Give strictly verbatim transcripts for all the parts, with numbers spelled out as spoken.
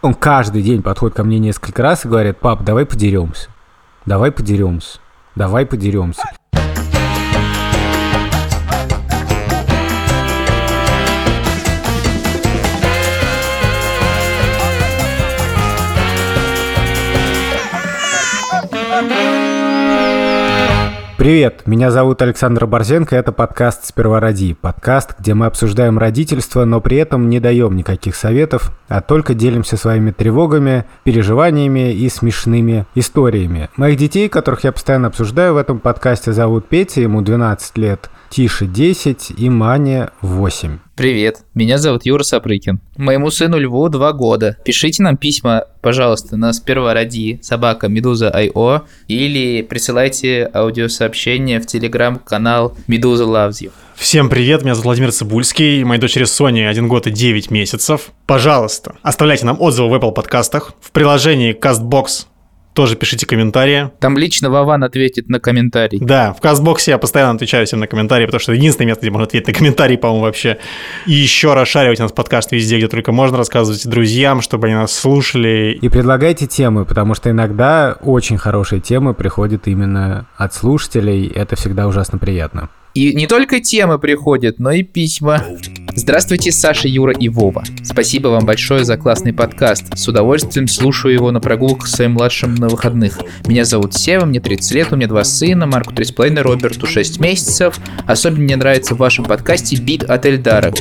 Он каждый день подходит ко мне несколько раз и говорит: пап, давай подеремся, давай подеремся, давай подеремся. Привет, меня зовут Александр Борзенко, это подкаст «Сперва роди». Подкаст, где мы обсуждаем родительство, но при этом не даем никаких советов, а только делимся своими тревогами, переживаниями и смешными историями. Моих детей, которых я постоянно обсуждаю в этом подкасте, зовут Петя, ему двенадцать лет, Тише десять и Мане восемь. Привет, меня зовут Юра Сапрыкин. Моему сыну Льву два года. Пишите нам письма, пожалуйста, на сперва роди собака медуза точка ай о или присылайте аудиосообщение в телеграм-канал Медуза Loves You. Всем привет, меня зовут Владимир Цибульский, моей дочери Соне один год и девять месяцев. Пожалуйста, оставляйте нам отзывы в Apple подкастах, в приложении CastBox. Тоже пишите комментарии. Там лично Вован ответит на комментарий. Да, в Кастбоксе я постоянно отвечаю всем на комментарии, потому что это единственное место, где можно ответить на комментарии, по-моему, вообще. И еще расшаривайте нас подкаст везде, где только можно, рассказывайте друзьям, чтобы они нас слушали. И предлагайте темы, потому что иногда очень хорошие темы приходят именно от слушателей. Это всегда ужасно приятно. И не только темы приходят, но и письма. Здравствуйте, Саша, Юра и Вова. Спасибо вам большое за классный подкаст. С удовольствием слушаю его на прогулках с своим младшим на выходных. Меня зовут Сева, мне тридцать лет, у меня два сына, Марку три с половиной, Роберту шесть месяцев. Особенно мне нравится в вашем подкасте бит от Эльдара.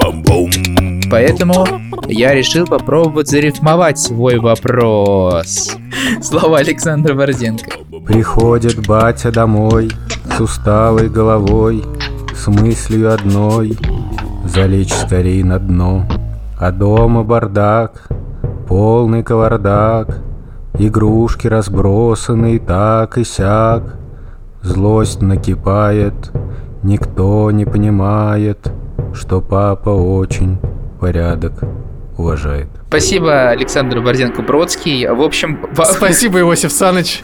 Поэтому я решил попробовать зарифмовать свой вопрос. Слова Александра Борзенко. Приходит батя домой с усталой головой, с мыслью одной — залечь скорей на дно. А дома бардак, полный кавардак, игрушки разбросаны и так и сяк. Злость накипает, никто не понимает, что папа очень порядок уважает. Спасибо, Александр Борзенко-Бродский. В общем... Спасибо, Иосиф Саныч.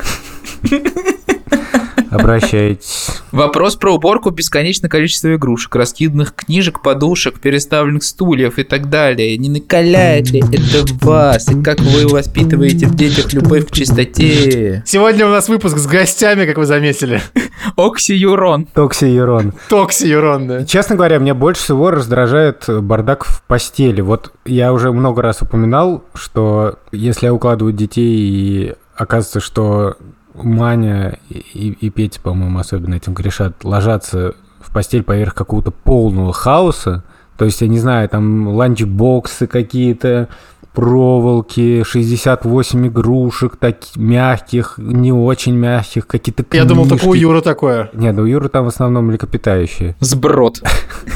Обращайтесь. Вопрос про уборку: бесконечное количество игрушек, раскиданных книжек, подушек, переставленных стульев и так далее. Не накаляет ли это вас? И как вы воспитываете в детях любовь к чистоте? Сегодня у нас выпуск с гостями, как вы заметили. Оксиюрон. Токсиюрон. Токсиюрон, да. Честно говоря, меня больше всего раздражает бардак в постели. Вот я уже много раз упоминал, что если я укладываю детей и оказывается, что Маня и, и Петя, по-моему, особенно этим грешат, ложатся в постель поверх какого-то полного хаоса. То есть, я не знаю, там ланчбоксы какие-то, проволоки, шестьдесят восемь игрушек, таких мягких, не очень мягких, какие-то книжки. Я думал, только у Юры такое. Нет, у Юры там в основном млекопитающие. Сброд.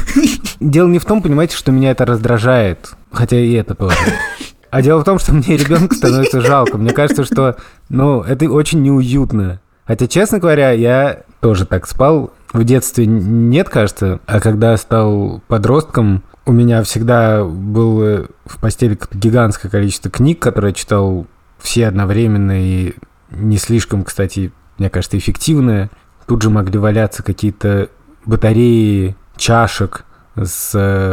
Дело не в том, понимаете, что меня это раздражает, хотя и это тоже. А дело в том, что мне ребенка становится жалко. Мне кажется, что, ну, это очень неуютно. Хотя, честно говоря, я тоже так спал. В детстве нет, кажется. А когда я стал подростком, у меня всегда было в постели гигантское количество книг, которые я читал все одновременно и не слишком, кстати, мне кажется, эффективные. Тут же могли валяться какие-то батареи чашек с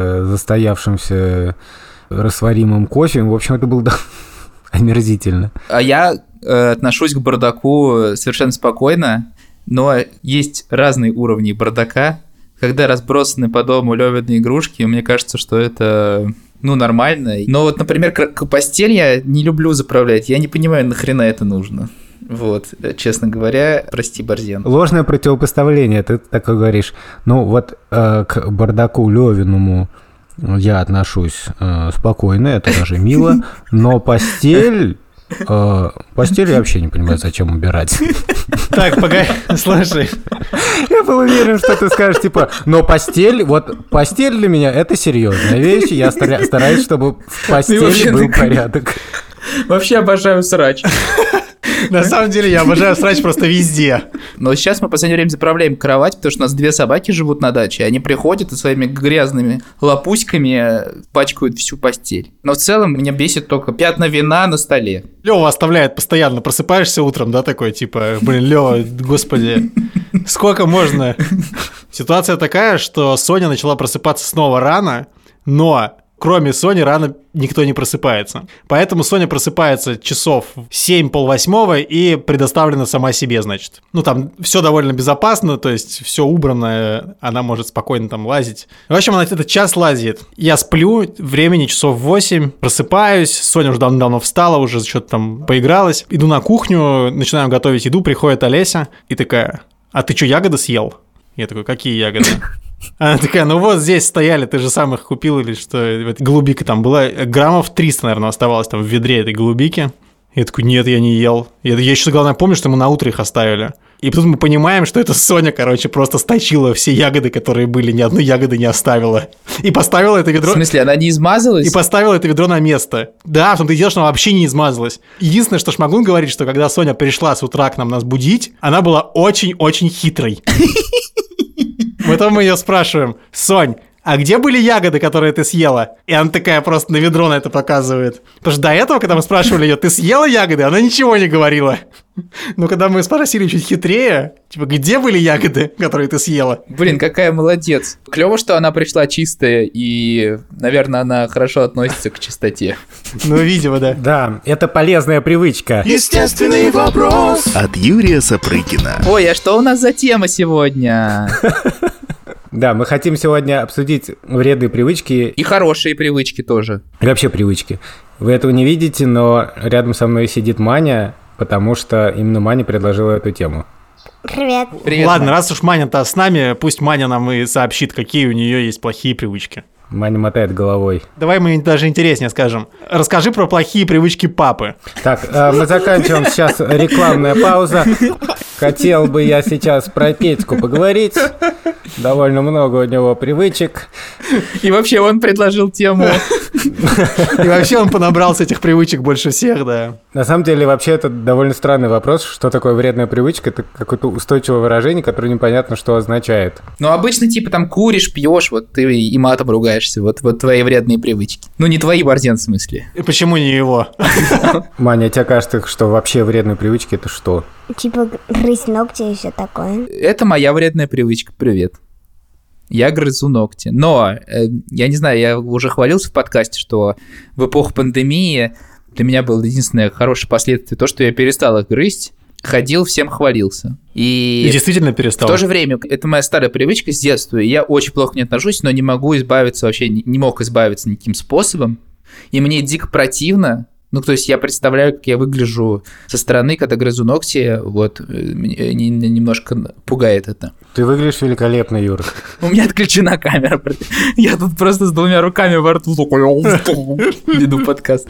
застоявшимся растворимым кофе. В общем, это было да, омерзительно. А я э, отношусь к бардаку совершенно спокойно, но есть разные уровни бардака. Когда разбросаны по дому лёвиные игрушки, мне кажется, что это, ну, нормально. Но вот, например, к постель я не люблю заправлять. Я не понимаю, нахрена это нужно. Вот, честно говоря, прости, Борзен. Ложное противопоставление, ты такое говоришь. Ну, вот э, к бардаку лёвиному я отношусь э, спокойно, это даже мило, но постель... Э, постель я вообще не понимаю, зачем убирать. Так, погоди, слушай. Я был уверен, что ты скажешь, типа, но постель, вот постель для меня это серьезная вещь, я стараюсь, чтобы в постели был порядок. Вообще обожаю срач. На самом деле я обожаю срач просто везде. Но сейчас мы в последнее время заправляем кровать, потому что у нас две собаки живут на даче. Они приходят и своими грязными лапуськами пачкают всю постель. Но в целом меня бесит только пятна вина на столе. Лёва оставляет постоянно. Просыпаешься утром, да, такой, типа, блин, Лёва, господи, сколько можно? Ситуация такая, что Соня начала просыпаться снова рано, но кроме Сони, рано никто не просыпается. Поэтому Соня просыпается часов семь полвосьмого и предоставлена сама себе, значит. Ну, там все довольно безопасно, то есть все убрано, она может спокойно там лазить. В общем, она этот час лазит. Я сплю, времени часов восемь, просыпаюсь, Соня уже давно встала, уже что-то там поигралась. Иду на кухню, начинаю готовить еду, приходит Олеся и такая: а ты что, ягоды съел? Я такой: какие ягоды? Она такая: ну вот здесь стояли, ты же сам их купил или что? Голубика там была, граммов триста, наверное, оставалось там в ведре этой голубики. Я такой: нет, я не ел. Я, я еще, главное, помню, что мы на утро их оставили. И тут мы понимаем, что это Соня, короче, просто сточила все ягоды, которые были, ни одной ягоды не оставила. И поставила это ведро... В смысле, она не измазалась? И поставила это ведро на место. Да, в том-то и дело, что она вообще не измазалась. Единственное, что Шмагун говорит, что когда Соня пришла с утра к нам нас будить, она была очень-очень хитрой. Потом мы ее спрашиваем: Сонь, а где были ягоды, которые ты съела? И она такая просто на ведро на это показывает. Потому что до этого, когда мы спрашивали ее: ты съела ягоды? Она ничего не говорила. Но когда мы спросили чуть хитрее, типа, где были ягоды, которые ты съела? Блин, какая молодец. Клево, что она пришла чистая, и, наверное, она хорошо относится к чистоте. Ну, видимо, да. Да, это полезная привычка. Естественный вопрос от Юрия Сапрыкина. Ой, а что у нас за тема сегодня? Да, мы хотим сегодня обсудить вредные привычки. И хорошие привычки тоже. И вообще привычки. Вы этого не видите, но рядом со мной сидит Маня, потому что именно Маня предложила эту тему. Привет. Привет. Ладно, раз уж Маня-то с нами, пусть Маня нам и сообщит, какие у нее есть плохие привычки. Маня мотает головой. Давай мы даже интереснее скажем. Расскажи про плохие привычки папы. Так, мы заканчиваем сейчас, рекламная пауза. Хотел бы я сейчас про Петьку поговорить. Довольно много у него привычек. И вообще он предложил тему. И вообще он понабрался этих привычек больше всех, да. На самом деле, вообще, это довольно странный вопрос. Что такое вредная привычка? Это какое-то устойчивое выражение, которое непонятно, что означает. Ну, обычно, типа, там, куришь, пьешь, вот ты и матом ругаешься. Вот, вот твои вредные привычки. Ну, не твои, Борзен, в смысле. И почему не его? Маня, тебе кажется, что вообще вредные привычки – это что? Типа грызть ногти и все такое. Это моя вредная привычка. Привет. Я грызу ногти. Но, э, я не знаю, я уже хвалился в подкасте, что в эпоху пандемии для меня было единственное хорошее последствие то, что я перестал их грызть, ходил, всем хвалился. И, И действительно перестал. В то же время, это моя старая привычка с детства, и я очень плохо к ней отношусь, но не могу избавиться вообще, не мог избавиться никаким способом. И мне дико противно. Ну, то есть я представляю, как я выгляжу со стороны, когда грызу ногти, вот, меня немножко пугает это. Ты выглядишь великолепно, Юр. У меня отключена камера. Я тут просто с двумя руками во рту такой веду подкаст.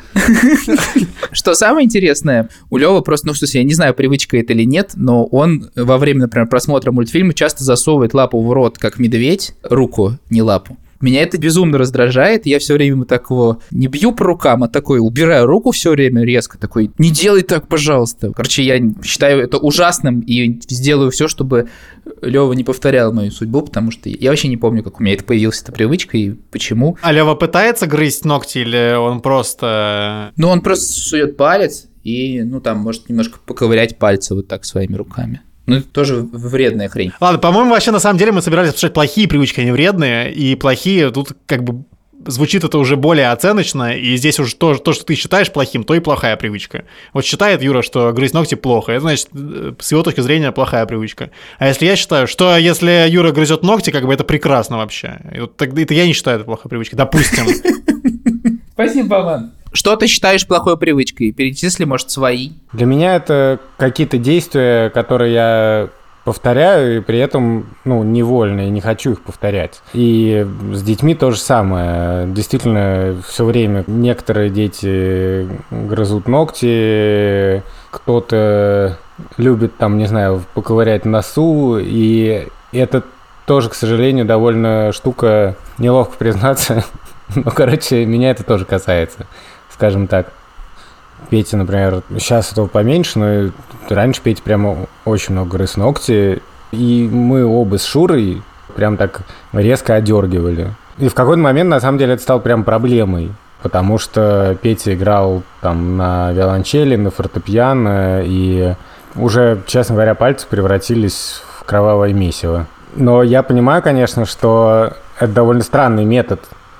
Что самое интересное, у Лёвы просто, ну, в смысле, я не знаю, привычка это или нет, но он во время, например, просмотра мультфильма часто засовывает лапу в рот, как медведь, руку, не лапу. Меня это безумно раздражает, я все время так его не бью по рукам, а такой убираю руку все время резко, такой: не делай так, пожалуйста. Короче, я считаю это ужасным и сделаю все, чтобы Лёва не повторял мою судьбу, потому что я вообще не помню, как у меня это появилась эта привычка и почему. А Лёва пытается грызть ногти или он просто... Ну, он просто сует палец и, ну, там, может немножко поковырять пальцы вот так своими руками. Ну, это тоже вредная хрень. Ладно, по-моему, вообще, на самом деле, мы собирались обсуждать плохие привычки, а не вредные. И плохие, тут как бы звучит это уже более оценочно. И здесь уже то, то, что ты считаешь плохим, то и плохая привычка. Вот считает Юра, что грызть ногти плохо. Это значит, с его точки зрения, плохая привычка. А если я считаю, что если Юра грызет ногти, как бы это прекрасно вообще. И вот тогда это я не считаю это плохой привычкой. Допустим. Спасибо, Бабан. Что ты считаешь плохой привычкой? Перечисли, может, свои? Для меня это какие-то действия, которые я повторяю, и при этом, ну, невольно, и не хочу их повторять. И с детьми то же самое. Действительно, все время некоторые дети грызут ногти, кто-то любит, там, не знаю, поковырять носу, и это тоже, к сожалению, довольно штука, неловко признаться, но, короче, меня это тоже касается. Скажем так, Петя, например, сейчас этого поменьше, но раньше Петя прямо очень много грыз ногти, и мы оба с Шурой прям так резко одергивали. И в какой-то момент, на самом деле, это стало прям проблемой, потому что Петя играл там на виолончели, на фортепиано, и уже, честно говоря, пальцы превратились в кровавое месиво. Но я понимаю, конечно, что это довольно странный метод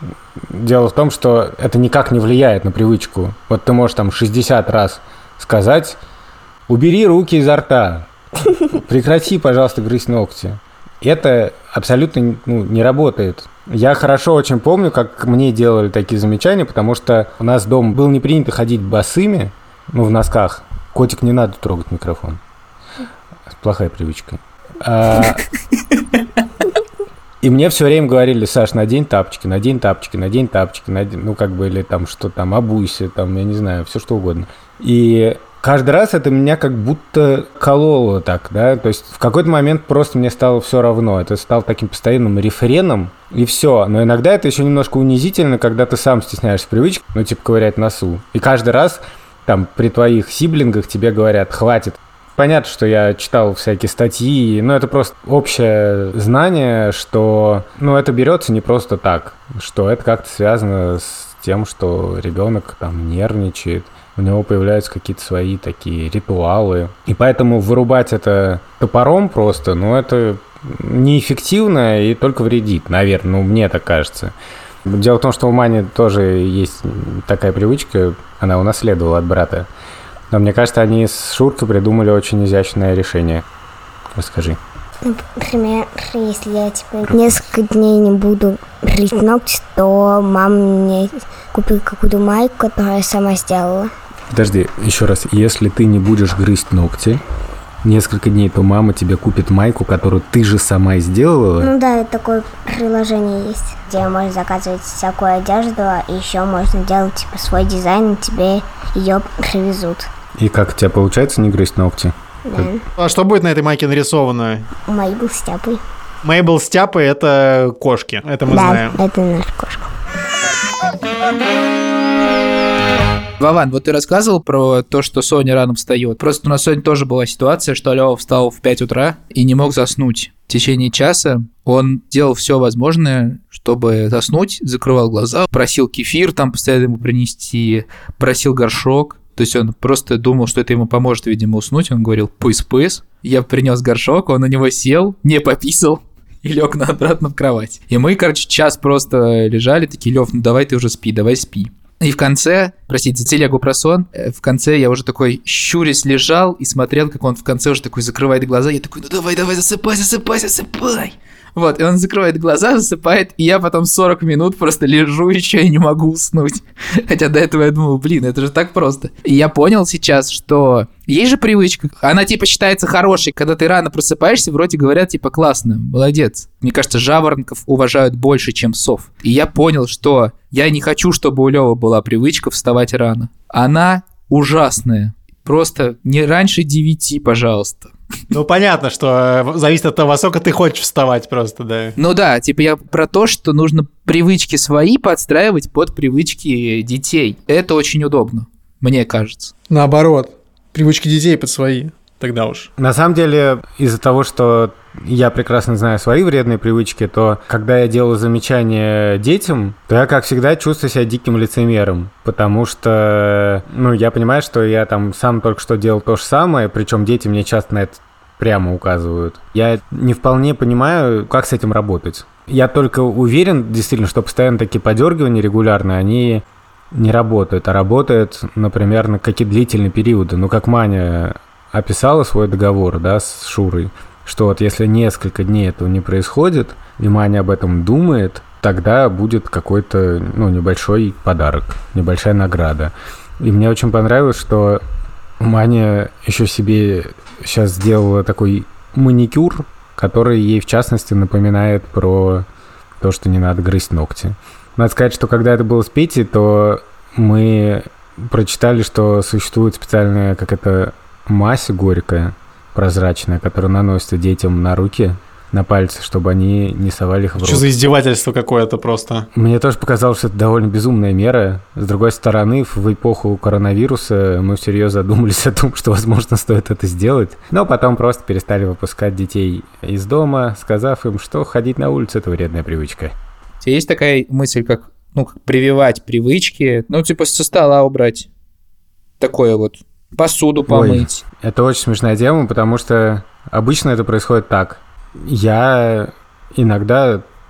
дело в том, что это никак не влияет на привычку. Вот ты можешь там шестьдесят раз сказать: убери руки изо рта, прекрати, пожалуйста, грызть ногти. Это абсолютно ну, не работает. Я хорошо очень помню, как мне делали такие замечания, потому что у нас дома было не принято ходить босыми, ну, в носках. Котик, не надо трогать микрофон. Плохая привычка. А... И мне все время говорили: Саш, надень тапочки, надень тапочки, надень тапочки, надень... ну, как бы, или там, что там, обуйся, там, я не знаю, все что угодно. И каждый раз это меня как будто кололо так, да, то есть в какой-то момент просто мне стало все равно, это стало таким постоянным рефреном, и все. Но иногда это еще немножко унизительно, когда ты сам стесняешься привычки, ну, типа, ковырять носу. И каждый раз там при твоих сиблингах тебе говорят: хватит. Понятно, что я читал всякие статьи, но это просто общее знание, что, ну, это берется не просто так, что это как-то связано с тем, что ребенок там нервничает, у него появляются какие-то свои такие ритуалы. И поэтому вырубать это топором просто, ну, это неэффективно и только вредит, наверное, ну, мне так кажется. Дело в том, что у Мани тоже есть такая привычка, она унаследовала от брата. Но мне кажется, они с Шуркой придумали очень изящное решение. Расскажи. Например, если я типа несколько дней не буду грызть ногти, то мама мне купила какую-то майку, которую я сама сделала. Подожди, еще раз. Если ты не будешь грызть ногти несколько дней, то мама тебе купит майку, которую ты же сама сделала? Ну да, такое приложение есть, где можно заказывать всякую одежду, и еще можно делать типа свой дизайн, и тебе ее привезут. И как у тебя получается не грызть ногти? Да. А что будет на этой майке нарисовано? Мейбл с Тяпой. Мейбл с Тяпой — это кошки, это мы Да, знаем. это наша кошка. Вован, вот ты рассказывал про то, что Соня рано встает. Просто у нас сегодня тоже была ситуация, что Лёва встал в пять утра и не мог заснуть. В течение часа он делал все возможное, чтобы заснуть, закрывал глаза, просил кефир там постоянно ему принести, просил горшок. То есть он просто думал, что это ему поможет, видимо, уснуть. Он говорил: пыс-пыс. Я принес горшок, он на него сел, не пописал и лег на обратно в кровать. И мы, короче, час просто лежали, такие: Лёв, ну давай ты уже спи, давай спи. И в конце, простите за телегу про сон, в конце я уже такой щурясь лежал и смотрел, как он в конце уже такой закрывает глаза. Я такой: ну давай, давай, засыпай, засыпай, засыпай. Вот, и он закрывает глаза, засыпает, и я потом сорок минут просто лежу еще и не могу уснуть. Хотя до этого я думал: блин, это же так просто. И я понял сейчас, что есть же привычка, она типа считается хорошей, когда ты рано просыпаешься, вроде говорят типа: классно, молодец. Мне кажется, жаворонков уважают больше, чем сов. И я понял, что я не хочу, чтобы у Лёвы была привычка вставать рано. Она ужасная. Просто не раньше девяти, пожалуйста. Ну, понятно, что зависит от того, во сколько ты хочешь вставать просто, да. Ну да, типа я про то, что нужно привычки свои подстраивать под привычки детей. Это очень удобно, мне кажется. Наоборот, привычки детей под свои, тогда уж. На самом деле, из-за того, что я прекрасно знаю свои вредные привычки, то когда я делаю замечания детям, то я, как всегда, чувствую себя диким лицемером, потому что, ну, я понимаю, что я там сам только что делал то же самое, причем дети мне часто на это прямо указывают. Я не вполне понимаю, как с этим работать. Я только уверен, действительно, что постоянно такие подергивания регулярные, они не работают, а работают, например, на какие-то длительные периоды. Ну, как Маня описала свой договор, да, с Шурой, что вот если несколько дней этого не происходит, и Маня об этом думает, тогда будет какой-то, ну, небольшой подарок, небольшая награда. И мне очень понравилось, что Маня еще себе сейчас сделала такой маникюр, который ей, в частности, напоминает про то, что не надо грызть ногти. Надо сказать, что когда это было с Петей, то мы прочитали, что существует специальная какая-то мазь горькая, прозрачная, которая наносится детям на руки, на пальцы, чтобы они не совали их в рот. Что за издевательство какое-то просто? Мне тоже показалось, что это довольно безумная мера. С другой стороны, в эпоху коронавируса мы всерьез задумались о том, что, возможно, стоит это сделать. Но потом просто перестали выпускать детей из дома, сказав им, что ходить на улицу – это вредная привычка. У тебя есть такая мысль, как, ну, как прививать привычки, ну, типа со стола убрать, такое вот, посуду помыть? Ой, это очень смешная тема, потому что обычно это происходит так. Я иногда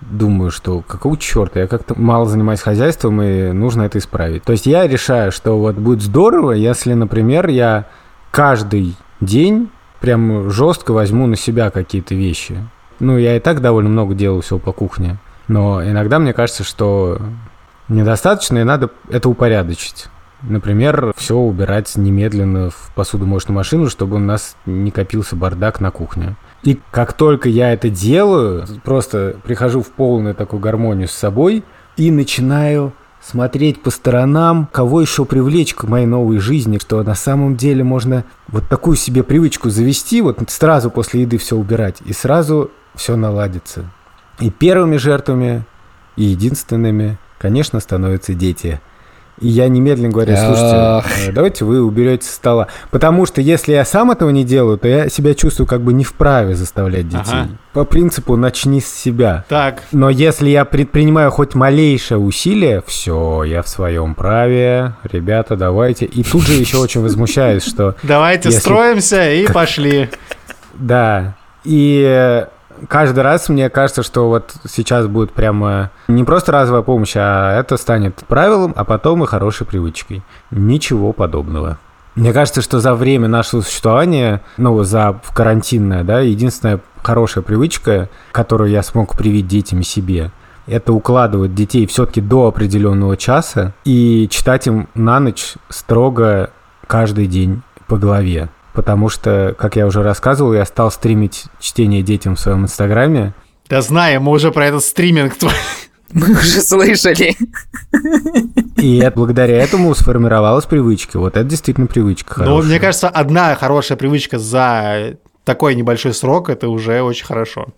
думаю, что какого черта, я как-то мало занимаюсь хозяйством, и нужно это исправить. То есть я решаю, что вот будет здорово, если, например, я каждый день прям жестко возьму на себя какие-то вещи. Ну, я и так довольно много делаю всего по кухне, но иногда мне кажется, что недостаточно, и надо это упорядочить. Например, все убирать немедленно в посудомоечную машину, чтобы у нас не копился бардак на кухне. И как только я это делаю, просто прихожу в полную такую гармонию с собой и начинаю смотреть по сторонам, кого еще привлечь к моей новой жизни, что на самом деле можно вот такую себе привычку завести, вот сразу после еды все убирать, и сразу все наладится. И первыми жертвами, и единственными, конечно, становятся дети. И я немедленно говорю: слушайте, давайте вы уберете со стола. Потому что если я сам этого не делаю, то я себя чувствую как бы не вправе заставлять детей. Ага. По принципу «начни с себя». Так. Но если я предпринимаю хоть малейшее усилие, все, я в своем праве. Ребята, давайте. И тут же еще очень возмущаюсь, что... Давайте строимся и пошли. Да. И... каждый раз мне кажется, что вот сейчас будет прямо не просто разовая помощь, а это станет правилом, а потом и хорошей привычкой. Ничего подобного. Мне кажется, что за время нашего существования, ну, за карантинное, да, единственная хорошая привычка, которую я смог привить детям и себе, это укладывать детей все-таки до определенного часа и читать им на ночь строго каждый день по главе. Потому что, как я уже рассказывал, я стал стримить чтение детям в своем инстаграме. Да знаем, мы уже про этот стриминг твой. Мы уже слышали. И это, благодаря этому сформировалась привычка. Вот это действительно привычка хорошая. Ну, мне кажется, одна хорошая привычка за такой небольшой срок, это уже очень хорошо.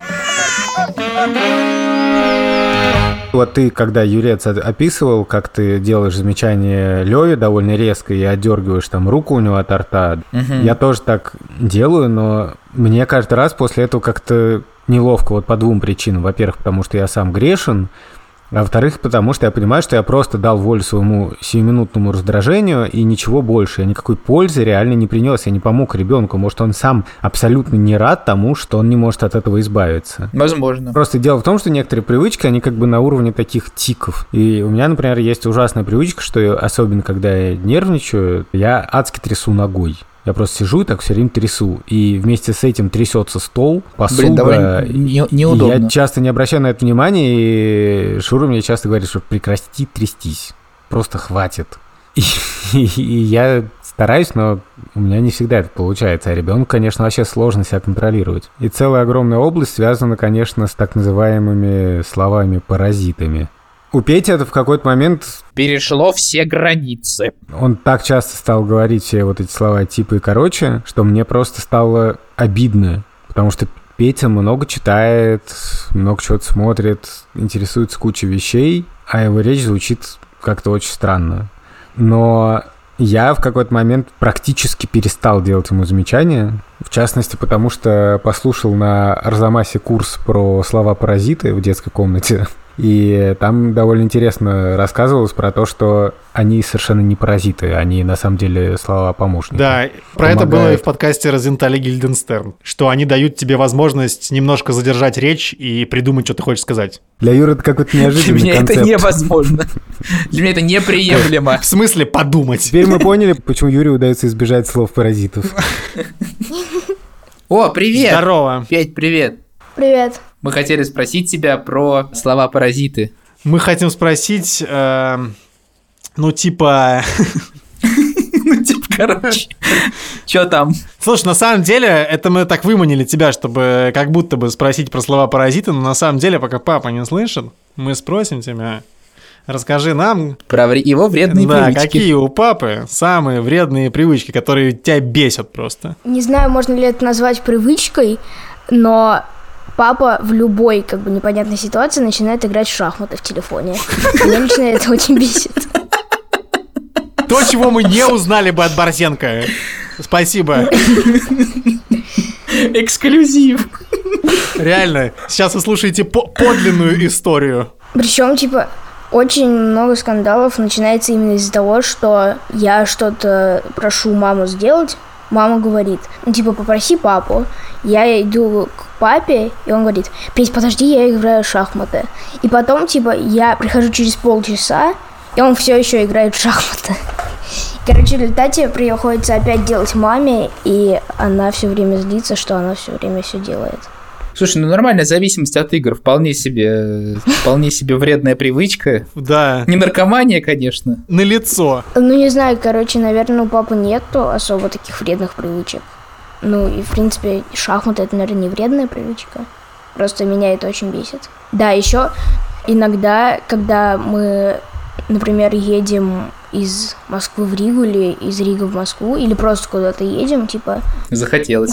Вот ты, когда, Юрец, описывал, как ты делаешь замечание Лёве довольно резко и отдергиваешь там руку у него от рта, угу. Я тоже так делаю, но мне каждый раз после этого как-то неловко вот по двум причинам. Во-первых, потому что я сам грешен, а во-вторых, потому что я понимаю, что я просто дал волю своему сиюминутному раздражению, и ничего больше. Я никакой пользы реально не принес, я не помог ребенку. Может, он сам абсолютно не рад тому, что он не может от этого избавиться. Возможно. Просто дело в том, что некоторые привычки, они как бы на уровне таких тиков. И у меня, например, есть ужасная привычка, что я, особенно когда я нервничаю, я адски трясу ногой. Я просто сижу и так все время трясу. И вместе с этим трясется стол, посуда. Блин, довольно не, неудобно. Я часто не обращаю на это внимания, и Шура мне часто говорит, что прекрати трястись. Просто хватит. И, и, и я стараюсь, но у меня не всегда это получается. А ребенку, конечно, вообще сложно себя контролировать. И целая огромная область связана, конечно, с так называемыми словами-паразитами. У Пети это в какой-то момент... перешло все границы. Он так часто стал говорить все вот эти слова типа и короче, что мне просто стало обидно. Потому что Петя много читает, много чего-то смотрит, интересуется кучей вещей, а его речь звучит как-то очень странно. Но я в какой-то момент практически перестал делать ему замечания. В частности, потому что послушал на Арзамасе курс про слова-паразиты в детской комнате. И там довольно интересно рассказывалось про то, что они совершенно не паразиты, они на самом деле слова-помощники. Да, про Помогают. Это было и в подкасте Розенталя Гильденстерн, что они дают тебе возможность немножко задержать речь и придумать, что ты хочешь сказать. Для Юры это какой-то неожиданный Для меня концепт. это невозможно. Для меня это неприемлемо. В смысле подумать? Теперь мы поняли, почему Юрию удается избежать слов-паразитов. О, привет! Здорово. Петь, привет. Привет. Мы хотели спросить тебя про слова-паразиты. Мы хотим спросить, э, ну, типа... Ну, типа, короче, что там? Слушай, на самом деле, это мы так выманили тебя, чтобы как будто бы спросить про слова-паразиты, но на самом деле, пока папа не слышит, мы спросим тебя, расскажи нам... Про его вредные да, привычки. Да, какие у папы самые вредные привычки, которые тебя бесят просто. Не знаю, можно ли это назвать привычкой, но... Папа в любой, как бы, непонятной ситуации начинает играть в шахматы в телефоне. Меня лично это очень бесит. То, чего мы не узнали бы от Борзенко. Спасибо. Эксклюзив. Реально, сейчас вы слушаете по- подлинную историю. Причем, типа, очень много скандалов начинается именно из-за того, что я что-то прошу маму сделать, мама говорит, ну, типа, попроси папу. Я иду к папе, и он говорит, Петь, подожди, я играю в шахматы. И потом, типа, я прихожу через полчаса, и он все еще играет в шахматы. Короче, в результате приходится опять делать маме, и она все время злится, что она все время все делает. Слушай, ну нормальная зависимость от игр, вполне себе, вполне себе вредная привычка. Да. Не наркомания, конечно. Налицо. Ну, не знаю, короче, наверное, у папы нету особо таких вредных привычек. Ну, и, в принципе, шахматы — это, наверное, не вредная привычка. Просто меня это очень бесит. Да, еще иногда, когда мы, например, едем из Москвы в Ригу или из Риги в Москву, или просто куда-то едем, типа... Захотелось.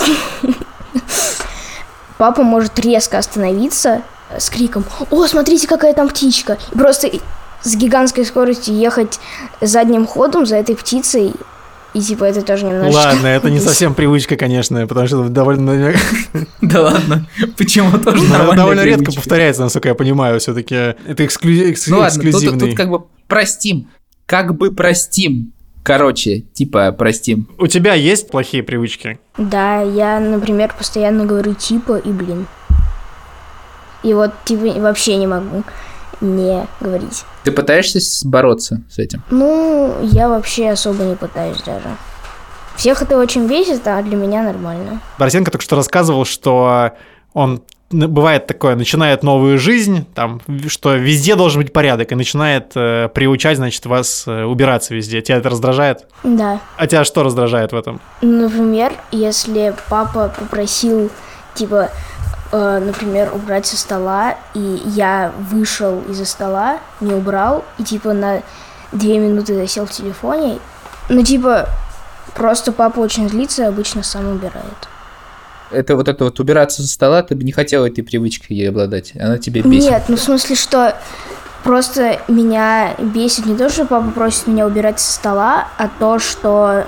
Папа может резко остановиться с криком «О, смотрите, какая там птичка!» И просто с гигантской скоростью ехать задним ходом за этой птицей. И типа это тоже немножечко... Ладно, это не совсем привычка, конечно, потому что довольно... Да ладно, почему тоже нормальная довольно редко привычка. повторяется, насколько я понимаю, все-таки. Это эксклю- экс- Ну ладно, тут, эксклюзивный. тут как бы простим. Как бы простим. Короче, типа простим. У тебя есть плохие привычки? Да, я, например, постоянно говорю типа и блин. И вот типа вообще не могу не говорить. Ты пытаешься бороться с этим? Ну, я вообще особо не пытаюсь даже. Всех это очень бесит, а для меня нормально. Борисенко только что рассказывал, что он, бывает такое, начинает новую жизнь, там, что везде должен быть порядок, и начинает э, приучать, значит, вас э, убираться везде. Тебя это раздражает? Да. А тебя что раздражает в этом? Например, если папа попросил, типа, э, например, убрать со стола, и я вышел из-за стола, не убрал, и, типа, на две минуты засел в телефоне, ну, типа, просто папа очень злится и обычно сам убирает. Это вот это вот убираться со стола, ты бы не хотела этой привычкой ей обладать, она тебе бесит. Нет, ну в смысле, что просто меня бесит не то, что папа просит меня убирать со стола, а то, что,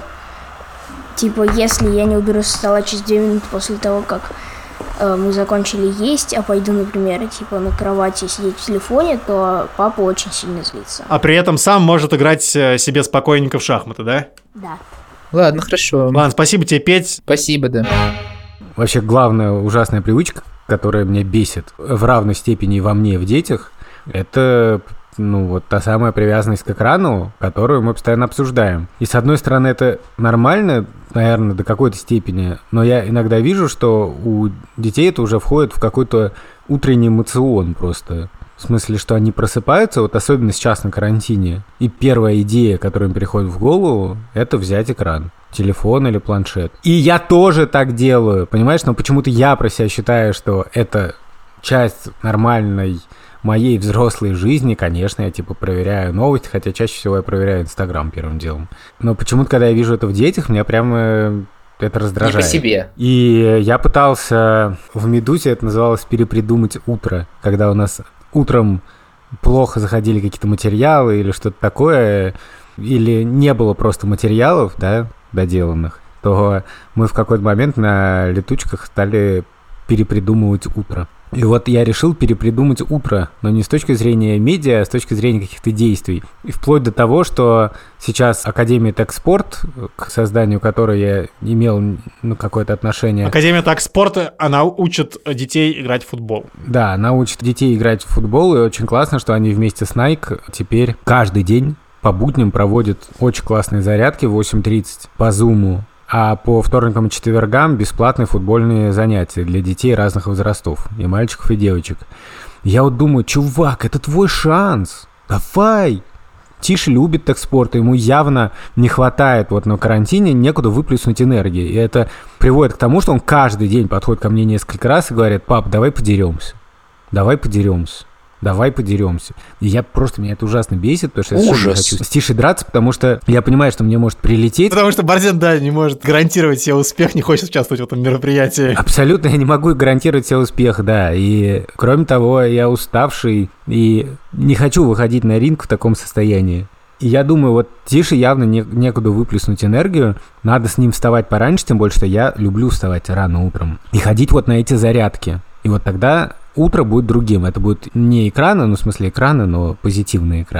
типа, если я не уберу со стола через две минуты после того, как э, мы закончили есть, а пойду, например, типа, на кровати сидеть в телефоне, то папа очень сильно злится. А при этом сам может играть себе спокойненько в шахматы, да? Да. Ладно, хорошо. Ладно, спасибо тебе, Петь. Спасибо, да. Вообще, главная ужасная привычка, которая меня бесит в равной степени и во мне, и в детях, это, ну, вот та самая привязанность к экрану, которую мы постоянно обсуждаем. И, с одной стороны, это нормально, наверное, до какой-то степени, но я иногда вижу, что у детей это уже входит в какой-то утренний эмоцион просто. В смысле, что они просыпаются, вот особенно сейчас на карантине, и первая идея, которая им приходит в голову, это взять экран. Телефон или планшет. И я тоже так делаю, понимаешь? Но почему-то я про себя считаю, что это часть нормальной моей взрослой жизни. Конечно, я типа проверяю новости, хотя чаще всего я проверяю Инстаграм первым делом. Но почему-то, когда я вижу это в детях, меня прямо это раздражает. Не по себе. И я пытался в «Медузе», это называлось «перепридумать утро», когда у нас утром плохо заходили какие-то материалы или что-то такое, или не было просто материалов, да, доделанных, то мы в какой-то момент на летучках стали перепридумывать утро. И вот я решил перепридумать утро, но не с точки зрения медиа, а с точки зрения каких-то действий. И вплоть до того, что сейчас Академия Техспорт, к созданию которой я имел ну, какое-то отношение... Академия Техспорта, она учит детей играть в футбол. Да, она учит детей играть в футбол, и очень классно, что они вместе с Nike теперь каждый день по будням проводят очень классные зарядки в восемь тридцать по Zoom, а по вторникам и четвергам бесплатные футбольные занятия для детей разных возрастов, и мальчиков, и девочек. Я вот думаю, чувак, это твой шанс, давай! Тиша любит техспорт, ему явно не хватает вот на карантине некуда выплеснуть энергии, и это приводит к тому, что он каждый день подходит ко мне несколько раз и говорит: пап, давай подеремся, давай подеремся. Давай подеремся. И я просто, меня это ужасно бесит, потому что я совершенно не хочу с Тишей драться, потому что я понимаю, что мне может прилететь. Потому что Борзен, да, не может гарантировать себе успех, не хочет участвовать в этом мероприятии. Абсолютно я не могу гарантировать себе успех, да. И кроме того, я уставший и не хочу выходить на ринг в таком состоянии. И я думаю, вот Тише явно не, некуда выплеснуть энергию, надо с ним вставать пораньше, тем более, что я люблю вставать рано утром. И ходить вот на эти зарядки. И вот тогда утро будет другим. Это будут не экраны, ну, в смысле экраны, но позитивные экраны.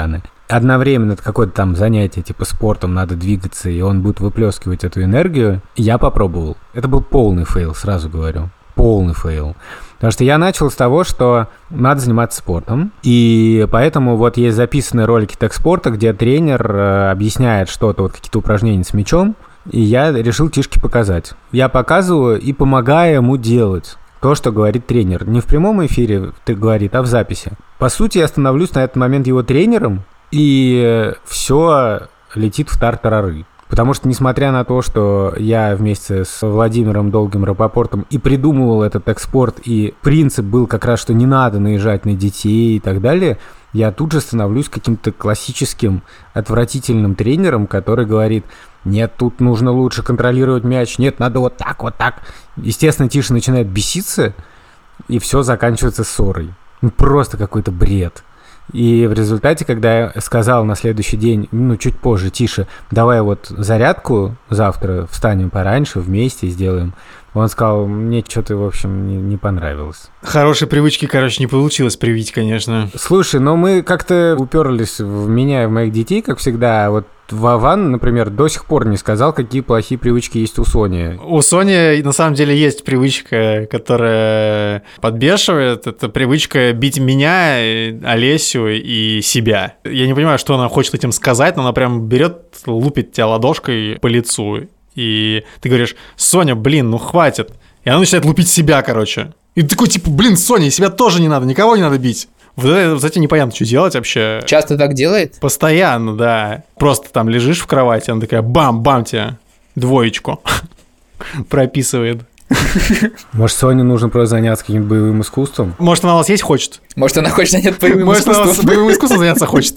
одновременно это какое-то там занятие, типа спортом, надо двигаться, и он будет выплескивать эту энергию, я попробовал. Это был полный фейл, сразу говорю. Полный фейл. Потому что я начал с того, что надо заниматься спортом, и поэтому вот есть записанные ролики тек-спорта, где тренер э, объясняет что-то, вот какие-то упражнения с мячом, и я решил Тишке показать. Я показываю и помогаю ему делать то, что говорит тренер. Не в прямом эфире говорит, а в записи. По сути, я становлюсь на этот момент его тренером, и все летит в тартарары. Потому что, несмотря на то, что я вместе с Владимиром Долгим Рапопортом и придумывал этот экспорт, и принцип был как раз, что не надо наезжать на детей и так далее, я тут же становлюсь каким-то классическим отвратительным тренером, который говорит: нет, тут нужно лучше контролировать мяч, нет, надо вот так, вот так. Естественно, Тиша начинает беситься, и все заканчивается ссорой. Ну, просто какой-то бред. И в результате, когда я сказал на следующий день, ну, чуть позже, Тише, давай вот зарядку завтра встанем пораньше, вместе сделаем, он сказал, мне что-то, в общем, не, не понравилось. Хорошей привычки, короче, не получилось привить, конечно. Слушай, ну мы как-то уперлись в меня и в моих детей, как всегда. Вот Вован, например, до сих пор не сказал, какие плохие привычки есть у Сони. У Сони, на самом деле, есть привычка, которая подбешивает. Это привычка бить меня, Олесю и себя. Я не понимаю, что она хочет этим сказать, но она прям берет, лупит тебя ладошкой по лицу. И ты говоришь: Соня, блин, ну хватит. И она начинает лупить себя, короче. И ты такой, типа, блин, Соня, себя тоже не надо, никого не надо бить. Вот это, вот это непонятно, что делать вообще. Часто так делает? Постоянно, да. Просто там лежишь в кровати, она такая бам-бам тебе двоечку прописывает. Может, Соне нужно просто заняться каким-то боевым искусством? Может, она у вас есть хочет? Может, она хочет заняться боевым Может, искусством? Может, она у вас боевым искусством заняться хочет?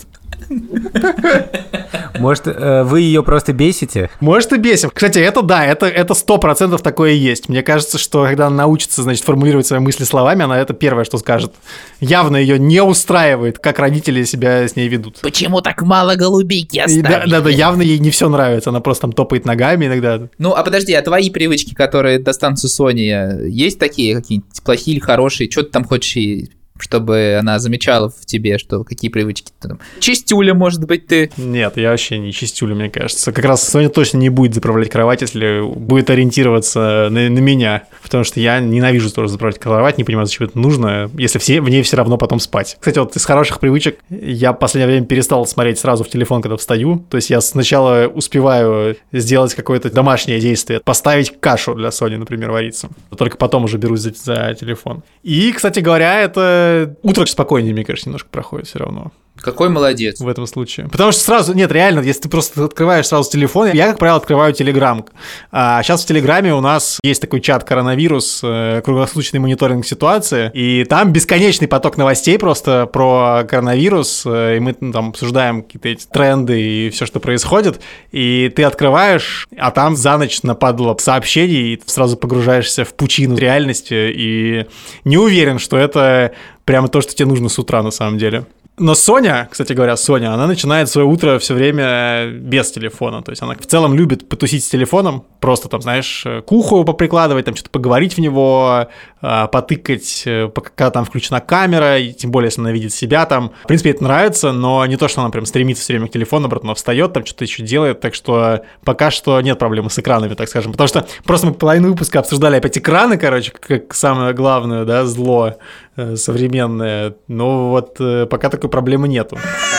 Может, вы ее просто бесите? Может, и бесим. Кстати, это да, это это сто процентов такое и есть. Мне кажется, что когда она научится, значит, формулировать свои мысли словами, она это первое, что скажет. Явно ее не устраивает, как родители себя с ней ведут. Почему так мало голубики оставили? Да, да, да, явно ей не все нравится. Она просто там топает ногами иногда. Ну, а подожди, а твои привычки, которые достанутся Соне, есть такие какие-нибудь плохие или хорошие? Что ты там хочешь ей... чтобы она замечала в тебе, что какие привычки ты там... Чистюля, может быть, ты? Нет, я вообще не чистюля, мне кажется. Как раз Соня точно не будет заправлять кровать, если будет ориентироваться на, на меня. Потому что я ненавижу тоже заправлять кровать, не понимаю, зачем это нужно, если все, в ней все равно потом спать. Кстати, вот из хороших привычек я в последнее время перестал смотреть сразу в телефон, когда встаю. То есть я сначала успеваю сделать какое-то домашнее действие, поставить кашу для Сони, например, вариться. Только потом уже берусь за, за телефон. И, кстати говоря, это... утро спокойнее, мне кажется, немножко проходит все равно. Какой молодец. В этом случае. Потому что сразу, нет, реально, если ты просто открываешь сразу телефон, я, как правило, открываю Телеграм. А сейчас в Телеграме у нас есть такой чат «Коронавирус», круглосуточный мониторинг ситуации, и там бесконечный поток новостей просто про коронавирус, и мы ну, там обсуждаем какие-то эти тренды и все, что происходит, и ты открываешь, а там за ночь нападало сообщений, и ты сразу погружаешься в пучину реальности, и не уверен, что это прямо то, что тебе нужно с утра на самом деле. Но Соня, кстати говоря, Соня, она начинает свое утро все время без телефона. То есть она в целом любит потусить с телефоном, просто там, знаешь, к уху поприкладывать, там что-то поговорить в него, потыкать, пока там включена камера, и тем более, если она видит себя там. В принципе, это нравится, но не то, что она прям стремится все время к телефону, наоборот, она встает, там что-то еще делает, так что пока что нет проблемы с экранами, так скажем. Потому что просто мы половину выпуска обсуждали опять экраны, короче, как самое главное, да, зло современное. Но вот пока такой проблемы нету.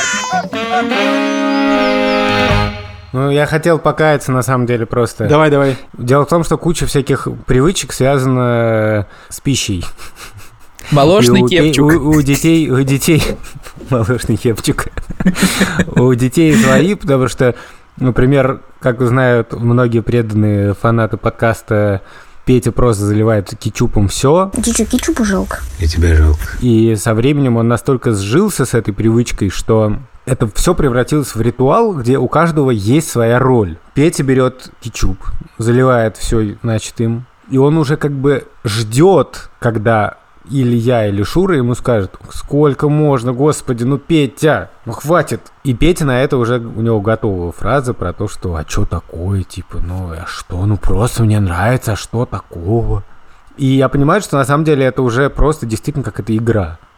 Ну, я хотел покаяться, на самом деле, просто. Давай, давай. Дело в том, что куча всяких привычек связана с пищей. Молочный у, кепчук. У, у детей, у детей... Молочный кепчук. У детей свои, потому что, например, как знают многие преданные фанаты подкаста, Петя просто заливает кетчупом все. Тебе что, кетчупу жалко? И тебя жалко. И со временем он настолько сжился с этой привычкой, что это все превратилось в ритуал, где у каждого есть своя роль. Петя берет кетчуп, заливает все, значит, им, и он уже как бы ждет, когда или я, или Шура ему скажет: сколько можно, господи, ну, Петя, ну, хватит. И Петя на это уже, у него готова фраза про то, что а что такое, типа, ну, а что, ну, просто мне нравится, а что такого? И я понимаю, что на самом деле это уже просто действительно какая-то игра.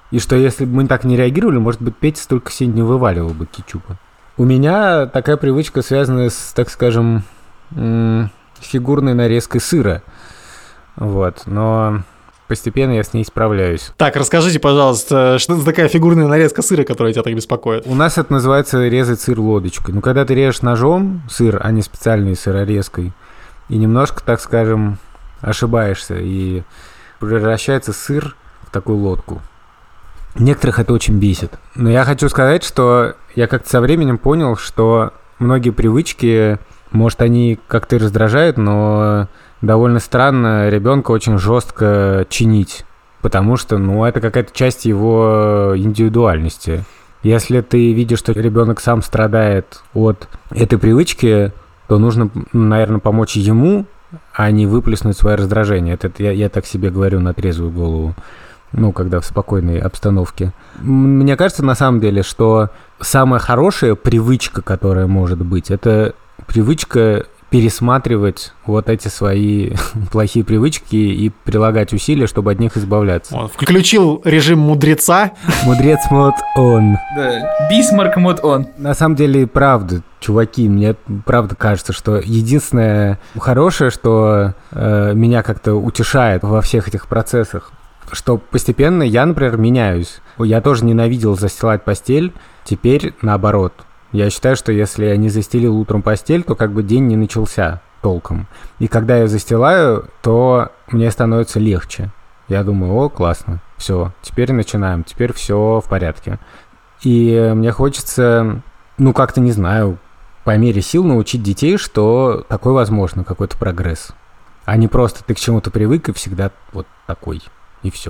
И что если бы мы так не реагировали, может быть, Петя столько сегодня не вываливал бы кетчупа. У меня такая привычка связана с, так скажем, м- фигурной нарезкой сыра. Вот, но постепенно я с ней справляюсь. Так, расскажите, пожалуйста, что это такая фигурная нарезка сыра, которая тебя так беспокоит? У нас это называется резать сыр лодочкой. Ну, когда ты режешь ножом сыр, а не специальной сырорезкой, и немножко, так скажем, ошибаешься, и превращается сыр в такую лодку. Некоторых это очень бесит. Но я хочу сказать, что я как-то со временем понял, что многие привычки, может, они как-то и раздражают, но довольно странно ребенка очень жестко чинить, потому что, ну, это какая-то часть его индивидуальности. Если ты видишь, что ребенок сам страдает от этой привычки, то нужно, наверное, помочь ему, а не выплеснуть свое раздражение. Это я, я так себе говорю на трезвую голову, ну, когда в спокойной обстановке. Мне кажется, на самом деле, что самая хорошая привычка, которая может быть, это привычка пересматривать вот эти свои плохие привычки и прилагать усилия, чтобы от них избавляться. Он включил режим мудреца. Мудрец мод он. Да, Бисмарк мод он. На самом деле, правда, чуваки, мне правда кажется, что единственное хорошее, что э, меня как-то утешает во всех этих процессах, что постепенно я, например, меняюсь. Я тоже ненавидел застилать постель, теперь наоборот. Я считаю, что если я не застелил утром постель, то как бы день не начался толком. И когда я застилаю, то мне становится легче. Я думаю, о, классно, все, теперь начинаем, теперь все в порядке. И мне хочется, ну как-то, не знаю, по мере сил научить детей, что такое возможно, какой-то прогресс. А не просто ты к чему-то привык и всегда вот такой, и все.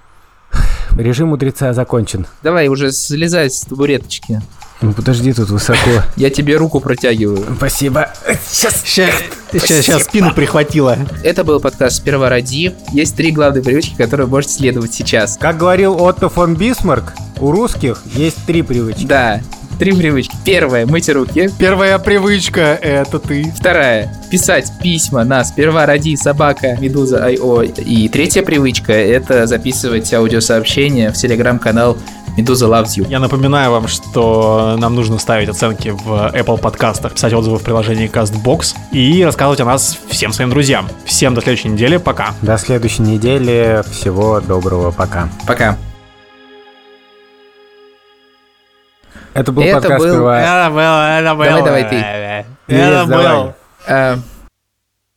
Режим мудреца закончен. Давай уже слезай с табуреточки. Ну подожди, тут высоко. Я тебе руку протягиваю. Спасибо. Сейчас. Сейчас, сейчас, сейчас спину прихватило. Это был подкаст «Сперва роди». Есть три главные привычки, которые можете следовать сейчас. Как говорил Отто фон Бисмарк, у русских есть три привычки. Да, три привычки. Первая — мыть руки. Первая привычка — это ты. Вторая — писать письма на «Сперва роди» собака медуза точка ай о. И третья привычка — это записывать аудиосообщения в телеграм-канал Медуза Loves You. Я напоминаю вам, что нам нужно ставить оценки в Apple подкастах, писать отзывы в приложении CastBox и рассказывать о нас всем своим друзьям. Всем до следующей недели, пока. До следующей недели. Всего доброго. Пока. Пока. Это был Это подкаст был- «Сперва». Это было, это было. Давай, давай, ты. Это Есть, давай. был. А,